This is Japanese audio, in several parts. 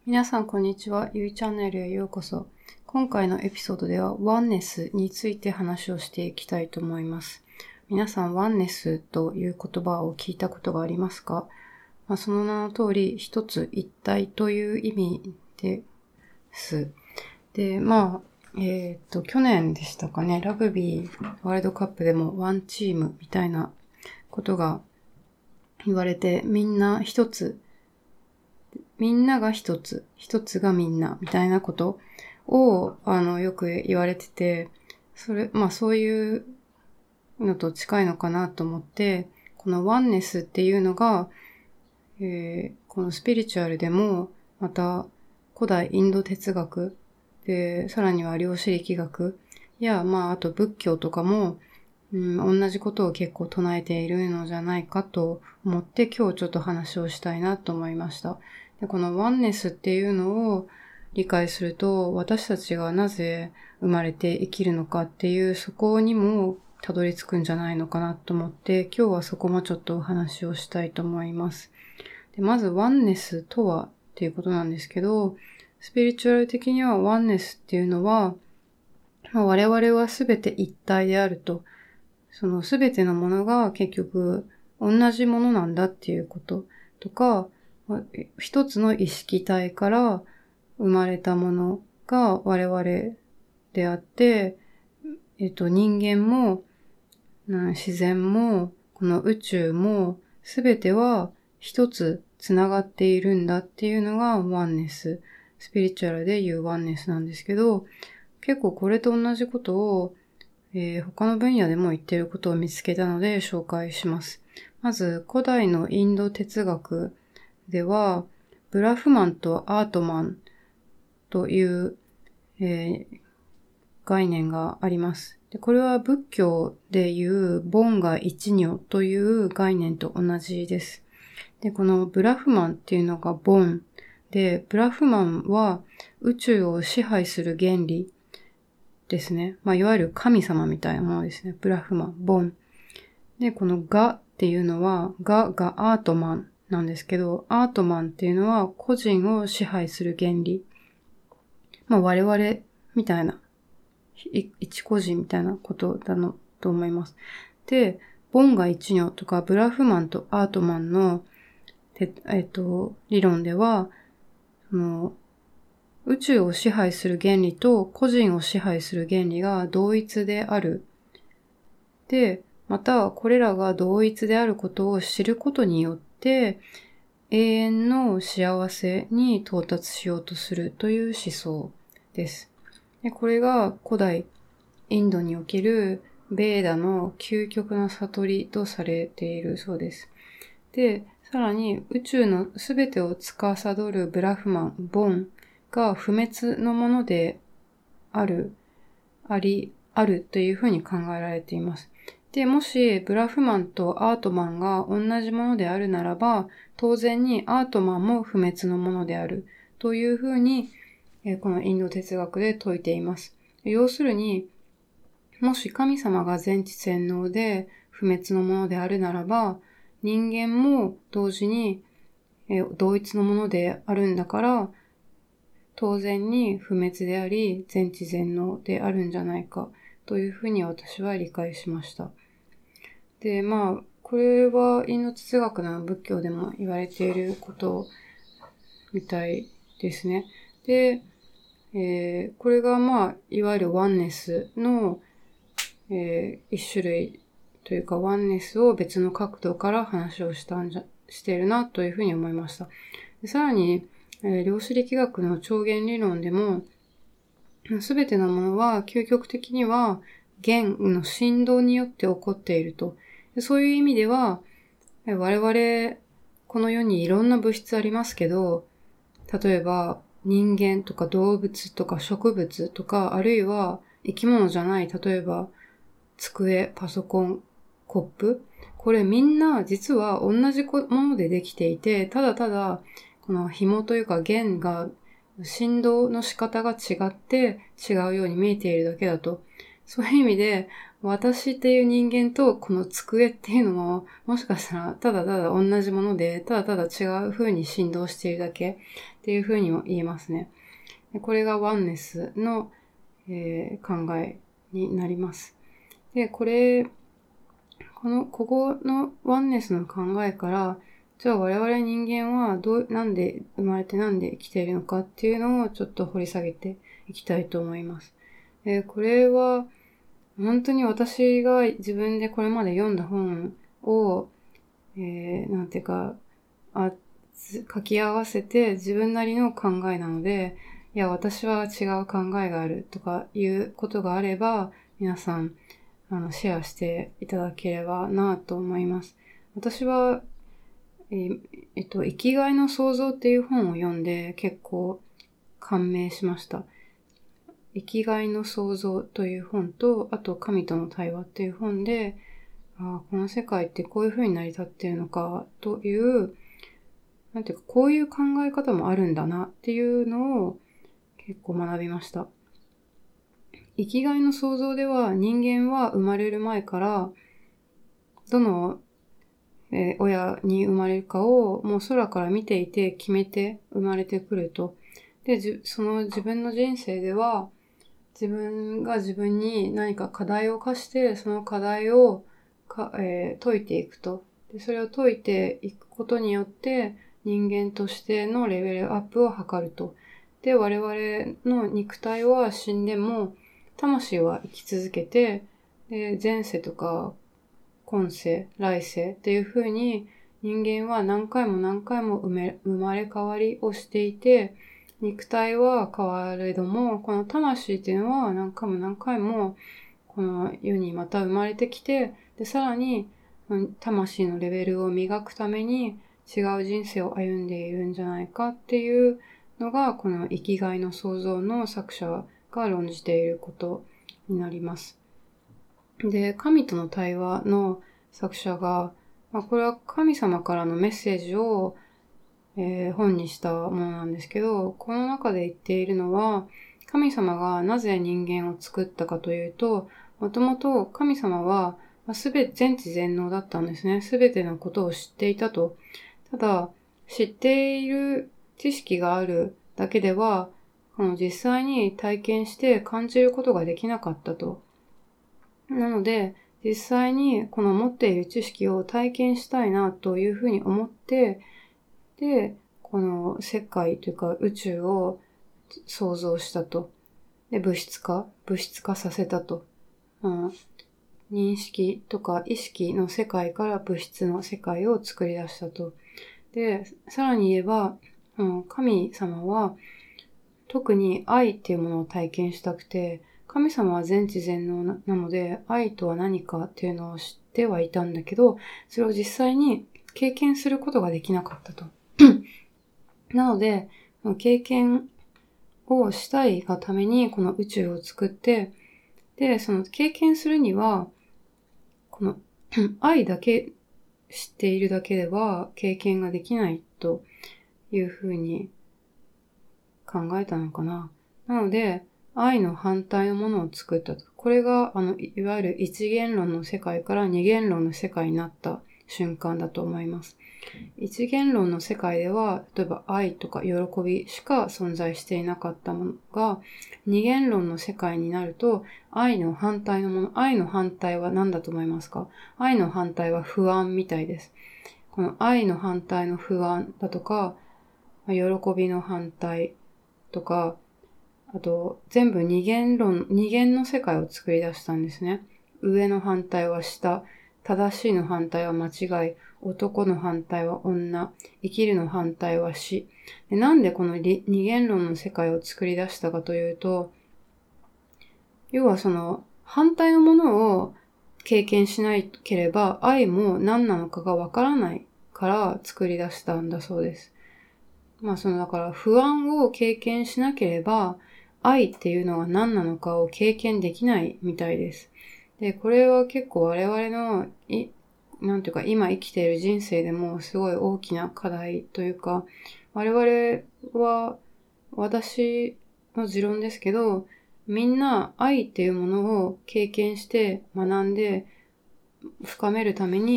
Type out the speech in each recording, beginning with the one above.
皆さんこんにちは。ゆいチャンネルへようこそ。今回のエピソードではワンネスについて話をしていきたいと思います。皆さんワンネスという言葉を聞いたことがありますか？その名の通り一つ一体という意味です。で、去年でしたかね、ラグビーワールドカップでもワンチームみたいなことが言われて、みんなが一つ、一つがみんなみたいなことをよく言われてて、そういうのと近いのかなと思って、このワンネスっていうのが、このスピリチュアルでも、また古代インド哲学で、さらには量子力学や、あと仏教とかも、同じことを結構唱えているのじゃないかと思って今日ちょっと話をしたいなと思いました。で、このワンネスっていうのを理解すると、私たちがなぜ生まれて生きるのかっていう、そこにもたどり着くんじゃないのかなと思って、今日はそこもちょっとお話をしたいと思います。で、まずワンネスとはっていうことなんですけど、スピリチュアル的にはワンネスっていうのは、我々はすべて一体であると、そのすべてのものが結局同じものなんだっていうこととか、一つの意識体から生まれたものが我々であって、人間も、自然も、この宇宙も、すべては一つつながっているんだっていうのがワンネス。スピリチュアルで言うワンネスなんですけど、結構これと同じことを、他の分野でも言っていることを見つけたので紹介します。まず、古代のインド哲学では、ブラフマンとアートマンという、概念があります。で、これは仏教でいうボンガ一如という概念と同じです。で、このブラフマンっていうのがボンで、ブラフマンは宇宙を支配する原理ですね。いわゆる神様みたいなものですね。ブラフマン、ボン。で、このガっていうのは、ガがアートマンなんですけど、アートマンっていうのは個人を支配する原理。我々みたいな、一個人みたいなことだのと思います。で、ボンガ一如とかブラフマンとアートマンの、理論では、宇宙を支配する原理と個人を支配する原理が同一である。で、またこれらが同一であることを知ることによって永遠の幸せに到達しようとするという思想です。で、これが古代インドにおけるベーダの究極の悟りとされているそうです。で、さらに宇宙のすべてを司るブラフマン、ボンが不滅のものであるというふうに考えられています。で、もしブラフマンとアートマンが同じものであるならば、当然にアートマンも不滅のものであるというふうに、このインド哲学で説いています。要するに、もし神様が全知全能で不滅のものであるならば、人間も同時に同一のものであるんだから、当然に不滅であり、全知全能であるんじゃないかというふうに私は理解しました。で、これはインド哲学の仏教でも言われていることみたいですね。で、これがいわゆるワンネスの、一種類というかワンネスを別の角度から話をしているなというふうに思いました。で、さらに、量子力学の超弦理論でも、すべてのものは究極的には弦の振動によって起こっていると。そういう意味では、我々、この世にいろんな物質ありますけど、例えば人間とか動物とか植物とか、あるいは生き物じゃない、例えば机、パソコン、コップ。これみんな実は同じものでできていて、ただただこの紐というか弦が振動の仕方が違って違うように見えているだけだと。そういう意味で、私っていう人間とこの机っていうのも、もしかしたらただただ同じもので、ただただ違う風に振動しているだけ。 っていうふうにも言えますね。これがワンネスの、考えになります。で、ここのワンネスの考えから、じゃあ我々人間はなんで生まれてなんで生きているのかっていうのをちょっと掘り下げていきたいと思います。これは本当に私が自分でこれまで読んだ本を、なんていうか、書き合わせて自分なりの考えなので、いや、私は違う考えがあるとかいうことがあれば、皆さん、シェアしていただければなと思います。私は、生きがいの創造っていう本を読んで結構感銘しました。生きがいの創造という本と、あと神との対話っていう本で、この世界ってこういう風に成り立っているのかという、なんていうかこういう考え方もあるんだなっていうのを結構学びました。生きがいの創造では人間は生まれる前からどの、親に生まれるかをもう空から見ていて決めて生まれてくると。で、その自分の人生では自分が自分に何か課題を課してその課題を解いていくと。で、それを解いていくことによって人間としてのレベルアップを図ると。で、我々の肉体は死んでも魂は生き続けて、で、前世とか今世、来世っていう風に人間は何回も何回も生まれ変わりをしていて、肉体は変われども、この魂っていうのは何回も何回もこの世にまた生まれてきて、で、さらに魂のレベルを磨くために違う人生を歩んでいるんじゃないかっていうのが、この生きがいの創造の作者が論じていることになります。で、神との対話の作者が、これは神様からのメッセージを、本にしたものなんですけど、この中で言っているのは、神様がなぜ人間を作ったかというと、もともと神様は全知全能だったんですね。すべてのことを知っていたと。ただ、知っている知識があるだけでは、実際に体験して感じることができなかったと。なので、実際にこの持っている知識を体験したいなというふうに思って、で、この世界というか宇宙を創造したと。で、物質化させたと。認識とか意識の世界から物質の世界を作り出したと。で、さらに言えば、神様は特に愛っていうものを体験したくて、神様は全知全能なので、愛とは何かっていうのを知ってはいたんだけど、それを実際に経験することができなかったと。なので、経験をしたいがためにこの宇宙を作って、で、その経験するには、この愛だけ知っているだけでは経験ができないというふうに考えたのかな。なので、愛の反対のものを作ったと。これが、いわゆる一元論の世界から二元論の世界になった瞬間だと思います。一元論の世界では、例えば愛とか喜びしか存在していなかったものが、二元論の世界になると、愛の反対のもの、愛の反対は何だと思いますか？愛の反対は不安みたいです。この愛の反対の不安だとか、喜びの反対とか、あと、全部二元の世界を作り出したんですね。上の反対は下、正しいの反対は間違い、男の反対は女、生きるの反対は死。で、なんでこの二元論の世界を作り出したかというと、要はその反対のものを経験しなければ愛も何なのかがわからないから作り出したんだそうです。だから不安を経験しなければ愛っていうのが何なのかを経験できないみたいです。で、これは結構我々のなんていうか今生きている人生でもすごい大きな課題というか、我々は私の持論ですけど、みんな愛っていうものを経験して学んで深めるために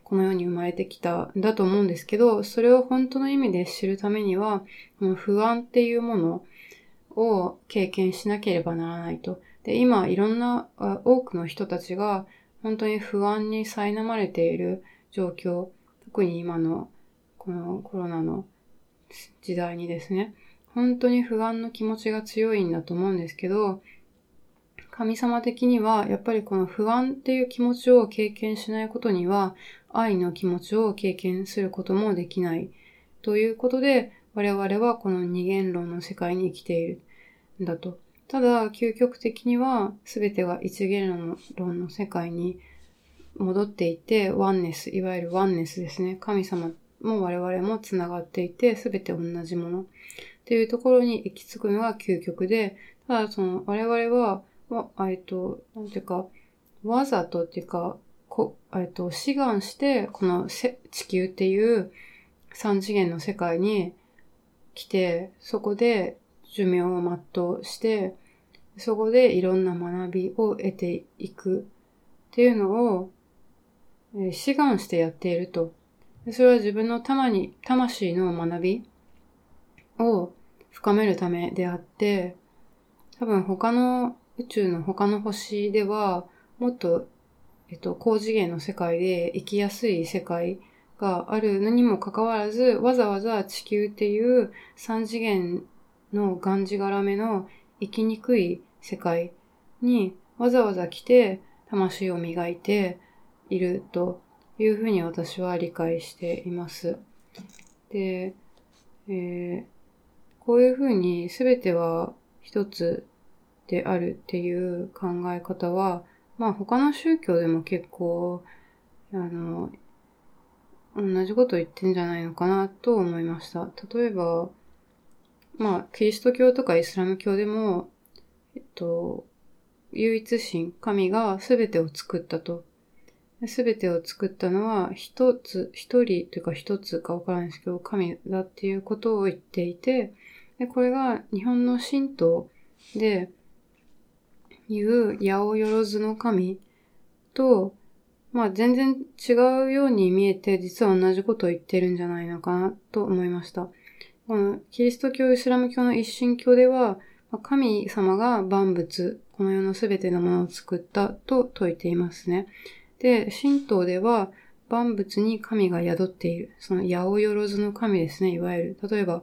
この世に生まれてきたんだと思うんですけど、それを本当の意味で知るためには、この不安っていうものを経験しなければならないと。で、今いろんな多くの人たちが本当に不安に苛まれている状況、特に今のこのコロナの時代にですね、本当に不安の気持ちが強いんだと思うんですけど、神様的にはやっぱりこの不安っていう気持ちを経験しないことには愛の気持ちを経験することもできないということで、我々はこの二元論の世界に生きているんだと。ただ究極的には全てが一元論の世界に戻っていて、ワンネス、いわゆるワンネスですね。神様も我々もつながっていて、全て同じものっていうところに行き着くのが究極で、ただその我々はなんていうか、わざとっていうか、志願して、この地球っていう三次元の世界に来て、そこで寿命を全うして、そこでいろんな学びを得ていくっていうのを、志願してやっていると。それは自分の魂の学びを深めるためであって、多分宇宙の他の星では、もっと、高次元の世界で生きやすい世界があるのにもかかわらず、わざわざ地球っていう三次元のがんじがらめの生きにくい世界にわざわざ来て魂を磨いているというふうに私は理解しています。で、こういうふうに全ては一つであるっていう考え方は、まあ他の宗教でも結構、同じこと言ってんじゃないのかなと思いました。例えば、まあキリスト教とかイスラム教でも、唯一神、神が全てを作ったと。全てを作ったのは一人というか一つかわからないですけど、神だっていうことを言っていて、でこれが日本の神道でいう八百万の神と、まあ全然違うように見えて、実は同じことを言ってるんじゃないのかなと思いました。このキリスト教、イスラム教の一神教では、神様が万物、この世のすべてのものを作ったと説いていますね。で、神道では万物に神が宿っている。その八百万の神ですね、いわゆる。例えば、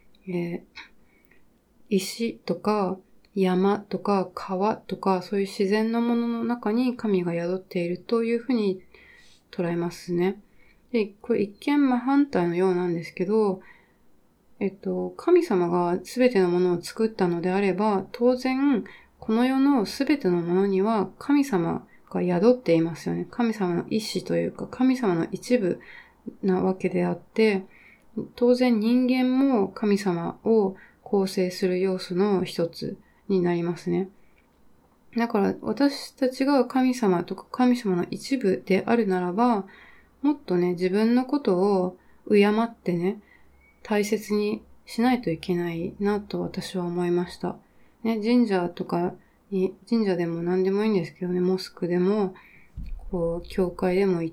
石とか山とか川とかそういう自然のものの中に神が宿っているというふうに捉えますね。で、これ一見真反対のようなんですけど、神様が全てのものを作ったのであれば、当然、この世の全てのものには神様が宿っていますよね。神様の意志というか、神様の一部なわけであって、当然人間も神様を構成する要素の一つになりますね。だから私たちが神様とか神様の一部であるならば、もっとね、自分のことを敬ってね、大切にしないといけないなと私は思いました。ね、神社でも何でもいいんですけどね、モスクでも、教会でも行って、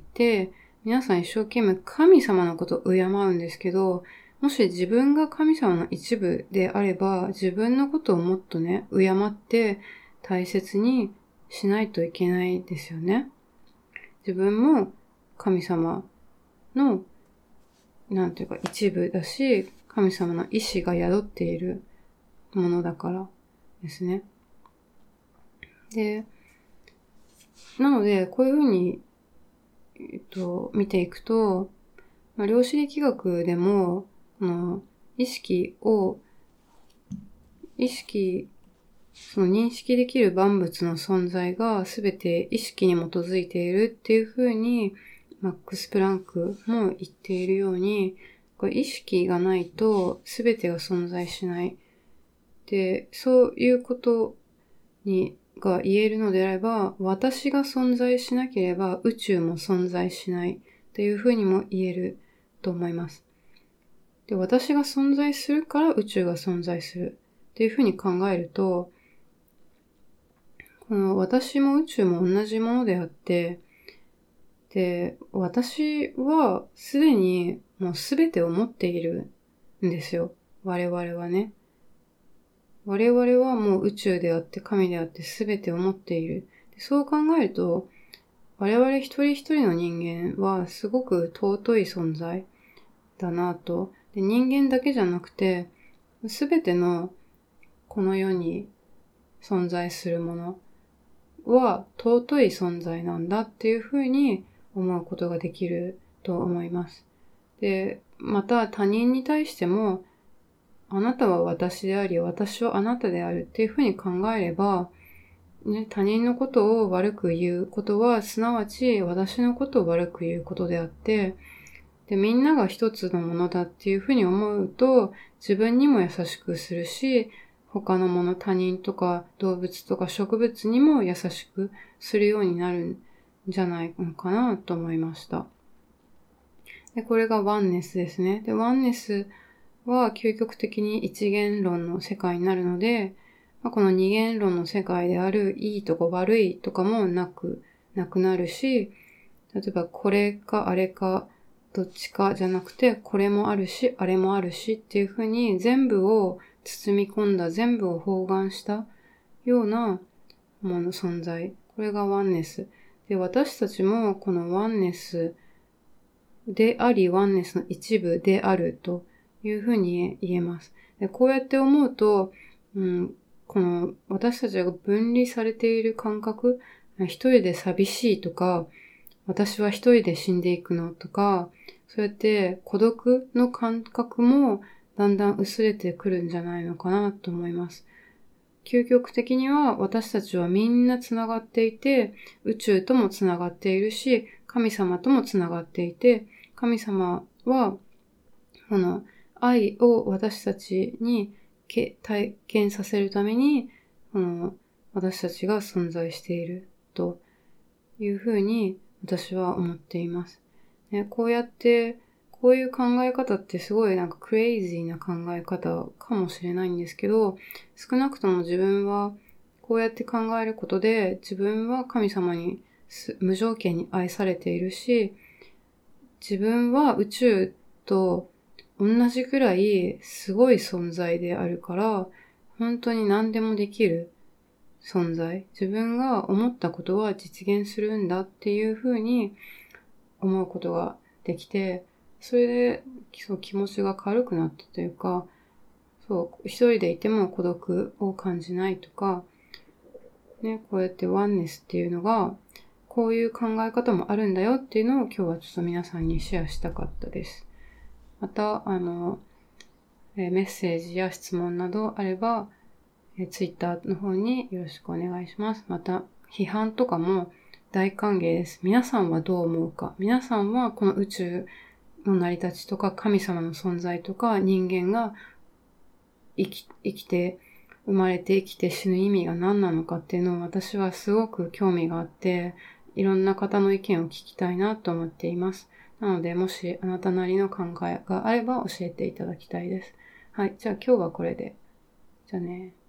皆さん一生懸命神様のことを敬うんですけど、もし自分が神様の一部であれば、自分のことをもっとね、敬って大切にしないといけないですよね。自分も神様の、なんていうか一部だし、神様の意志が宿っているものだからですね。で、なので、こういうふうに、見ていくと、量子力学でも、意識、その認識できる万物の存在がすべて意識に基づいているっていうふうに、マックス・プランクも言っているように、意識がないとすべてが存在しない。で、そういうことが言えるのであれば、私が存在しなければ宇宙も存在しないというふうにも言えると思います。で、私が存在するから宇宙が存在するっていうふうに考えると、この私も宇宙も同じものであって、 で、私はすでにもうすべてを持っているんですよ。我々はね。我々はもう宇宙であって神であってすべてを持っている。そう考えると、我々一人一人の人間はすごく尊い存在だなと。で、人間だけじゃなくて、すべてのこの世に存在するものは尊い存在なんだっていうふうに思うことができると思います。で、また他人に対しても、あなたは私であり、私はあなたであるっていうふうに考えれば、ね、他人のことを悪く言うことは、すなわち私のことを悪く言うことであって、で、みんなが一つのものだっていうふうに思うと、自分にも優しくするし、他のもの、他人とか動物とか植物にも優しくするようになるんじゃないのかなと思いました。で、これがワンネスですね。で、ワンネスは究極的に一元論の世界になるので、この二元論の世界であるいいとか悪いとかもなくなるし、例えばこれかあれかどっちかじゃなくて、これもあるし、あれもあるしっていうふうに全部を包み込んだ、全部を包含したようなもの存在。これがワンネス。で、私たちもこのワンネスであり、ワンネスの一部であるというふうに言えます。で、こうやって思うと、この私たちが分離されている感覚、一人で寂しいとか、私は一人で死んでいくのとか、そうやって孤独の感覚もだんだん薄れてくるんじゃないのかなと思います。究極的には私たちはみんなつながっていて、宇宙ともつながっているし、神様ともつながっていて、神様は、この愛を私たちに体験させるために、私たちが存在しているというふうに私は思っています。ね、こうやって、こういう考え方ってすごいなんかクレイジーな考え方かもしれないんですけど、少なくとも自分はこうやって考えることで自分は神様に無条件に愛されているし、自分は宇宙と同じくらいすごい存在であるから、本当に何でもできる存在。自分が思ったことは実現するんだっていうふうに思うことができて、それでそう気持ちが軽くなったというか、そう一人でいても孤独を感じないとか、ね、こうやってワンネスっていうのがこういう考え方もあるんだよっていうのを今日はちょっと皆さんにシェアしたかったです。またメッセージや質問などあれば、ツイッターの方によろしくお願いします。また批判とかも大歓迎です。皆さんはどう思うか。皆さんはこの宇宙の成り立ちとか神様の存在とか人間が生まれて生きて死ぬ意味が何なのかっていうのを私はすごく興味があって、いろんな方の意見を聞きたいなと思っています。なので、もしあなたなりの考えがあれば教えていただきたいです。はい。じゃあ今日はこれで。じゃあね。